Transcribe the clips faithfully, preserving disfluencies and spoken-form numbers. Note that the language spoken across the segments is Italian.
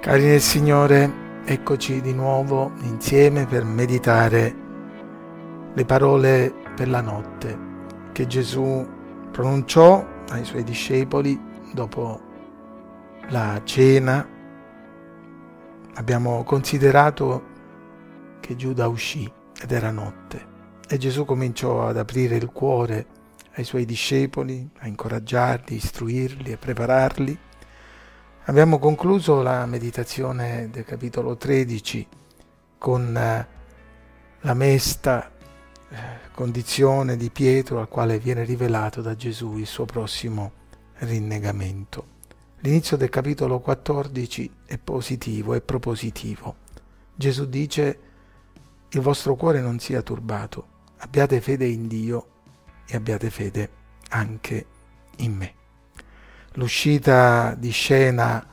Cari del Signore, eccoci di nuovo insieme per meditare le parole per la notte che Gesù pronunciò ai Suoi discepoli dopo la cena. Abbiamo considerato che Giuda uscì ed era notte e Gesù cominciò ad aprire il cuore ai Suoi discepoli, a incoraggiarli, istruirli e prepararli. Abbiamo concluso la meditazione del capitolo tredici con la mesta eh, condizione di Pietro, al quale viene rivelato da Gesù il suo prossimo rinnegamento. L'inizio del capitolo quattordici è positivo, è propositivo. Gesù dice: il vostro cuore non sia turbato, abbiate fede in Dio e abbiate fede anche in me. L'uscita di scena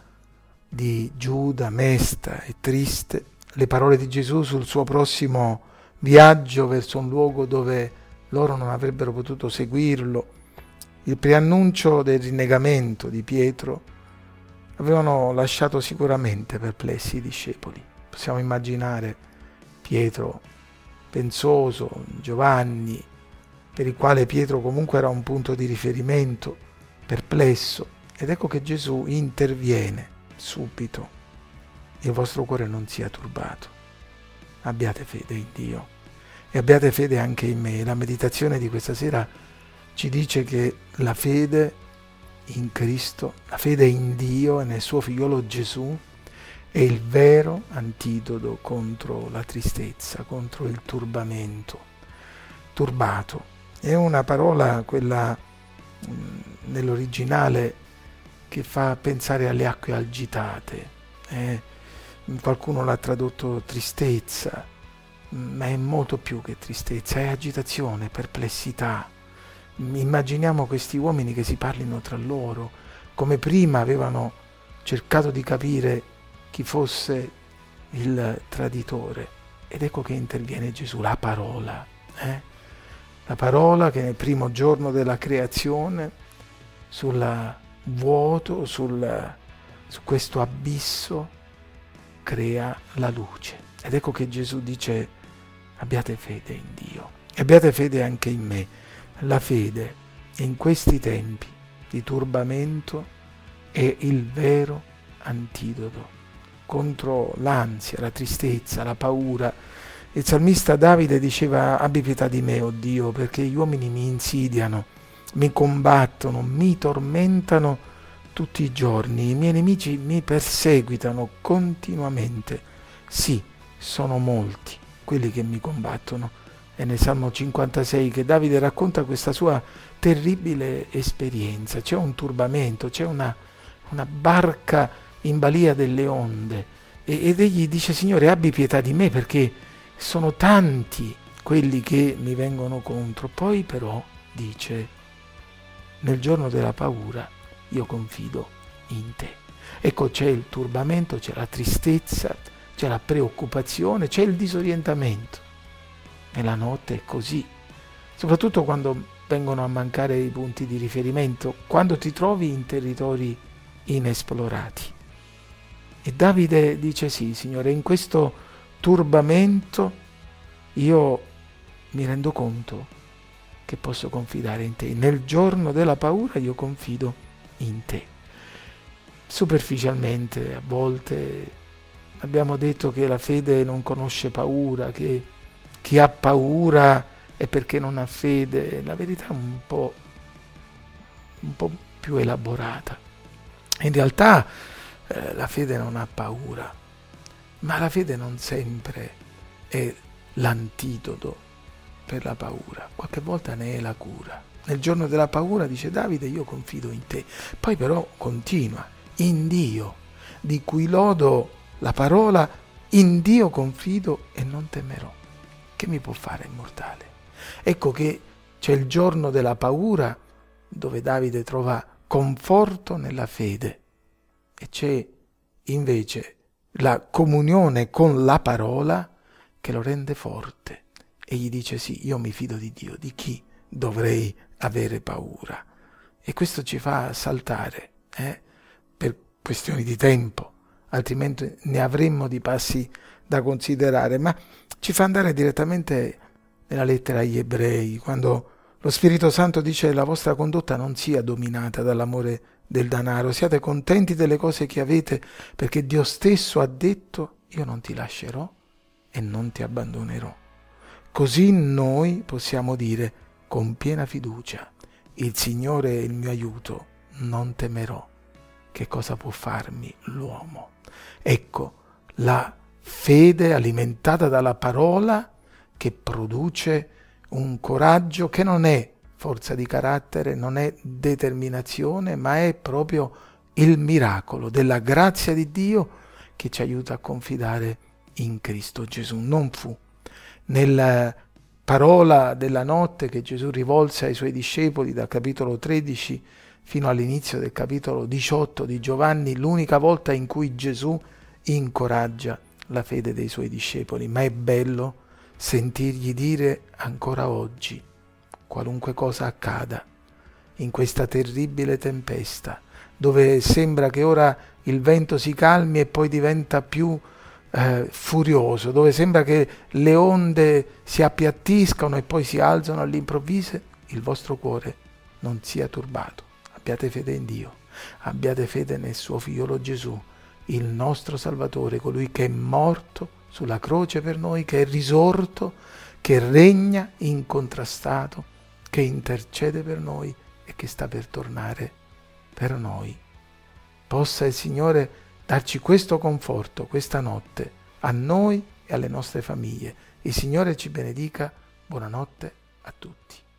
di Giuda, mesta e triste, le parole di Gesù sul suo prossimo viaggio verso un luogo dove loro non avrebbero potuto seguirlo, il preannuncio del rinnegamento di Pietro avevano lasciato sicuramente perplessi i discepoli. Possiamo immaginare Pietro pensoso, Giovanni, per il quale Pietro comunque era un punto di riferimento, perplesso, ed ecco che Gesù interviene subito. Il vostro cuore non sia turbato, abbiate fede in Dio e abbiate fede anche in me. La meditazione di questa sera ci dice che la fede in Cristo, la fede in Dio e nel suo figliolo Gesù è il vero antidoto contro la tristezza, contro il turbamento. Turbato è una parola, quella nell'originale, che fa pensare alle acque agitate. Eh, qualcuno l'ha tradotto tristezza, ma è molto più che tristezza, è agitazione, perplessità. Immaginiamo questi uomini che si parlino tra loro, come prima avevano cercato di capire chi fosse il traditore, ed ecco che interviene Gesù, la parola, eh? La parola che nel primo giorno della creazione, sul vuoto, sul, su questo abisso, crea la luce. Ed ecco che Gesù dice: abbiate fede in Dio e abbiate fede anche in me. La fede in questi tempi di turbamento è il vero antidoto contro l'ansia, la tristezza, la paura. Il salmista Davide diceva: abbi pietà di me, o Dio, perché gli uomini mi insidiano, mi combattono, mi tormentano tutti i giorni, i miei nemici mi perseguitano continuamente. Sì, sono molti quelli che mi combattono. È nel Salmo cinquantasei che Davide racconta questa sua terribile esperienza. C'è un turbamento, c'è una, una barca in balia delle onde, e, ed egli dice: Signore, abbi pietà di me, perché sono tanti quelli che mi vengono contro. Poi però dice: nel giorno della paura io confido in te. Ecco, c'è il turbamento, c'è la tristezza, c'è la preoccupazione, c'è il disorientamento. E la notte è così, soprattutto quando vengono a mancare i punti di riferimento, quando ti trovi in territori inesplorati. E Davide dice: sì, Signore, in questo turbamento io mi rendo conto che posso confidare in te. Nel giorno della paura io confido in te. Superficialmente a volte abbiamo detto che la fede non conosce paura, che chi ha paura è perché non ha fede. La verità è un po', un po' più elaborata. In realtà eh, la fede non ha paura, ma la fede non sempre è l'antidoto per la paura, qualche volta ne è la cura. Nel giorno della paura, dice Davide, io confido in te. Poi però continua: in Dio, di cui lodo la parola, in Dio confido e non temerò. Che mi può fare il mortale? Ecco che c'è il giorno della paura, dove Davide trova conforto nella fede, e c'è invece la comunione con la parola che lo rende forte, e gli dice: sì, io mi fido di Dio, di chi dovrei avere paura? E questo ci fa saltare, eh, per questioni di tempo, altrimenti ne avremmo di passi da considerare. Ma ci fa andare direttamente nella lettera agli Ebrei, quando lo Spirito Santo dice: la vostra condotta non sia dominata dall'amore del denaro, siate contenti delle cose che avete, perché Dio stesso ha detto: io non ti lascerò e non ti abbandonerò. Così noi possiamo dire con piena fiducia: il Signore è il mio aiuto, non temerò. Che cosa può farmi l'uomo? Ecco, la fede alimentata dalla parola che produce un coraggio che non è forza di carattere, non è determinazione, ma è proprio il miracolo della grazia di Dio che ci aiuta a confidare in Cristo Gesù. Non fu nella parola della notte che Gesù rivolse ai suoi discepoli dal capitolo tredici fino all'inizio del capitolo diciotto di Giovanni l'unica volta in cui Gesù incoraggia la fede dei suoi discepoli, ma è bello sentirgli dire ancora oggi: qualunque cosa accada in questa terribile tempesta, dove sembra che ora il vento si calmi e poi diventa più eh, furioso, dove sembra che le onde si appiattiscano e poi si alzano all'improvviso, il vostro cuore non sia turbato. Abbiate fede in Dio, abbiate fede nel suo figliolo Gesù, il nostro Salvatore, colui che è morto sulla croce per noi, che è risorto, che regna incontrastato, che intercede per noi e che sta per tornare per noi. Possa il Signore darci questo conforto questa notte, a noi e alle nostre famiglie. Il Signore ci benedica. Buonanotte a tutti.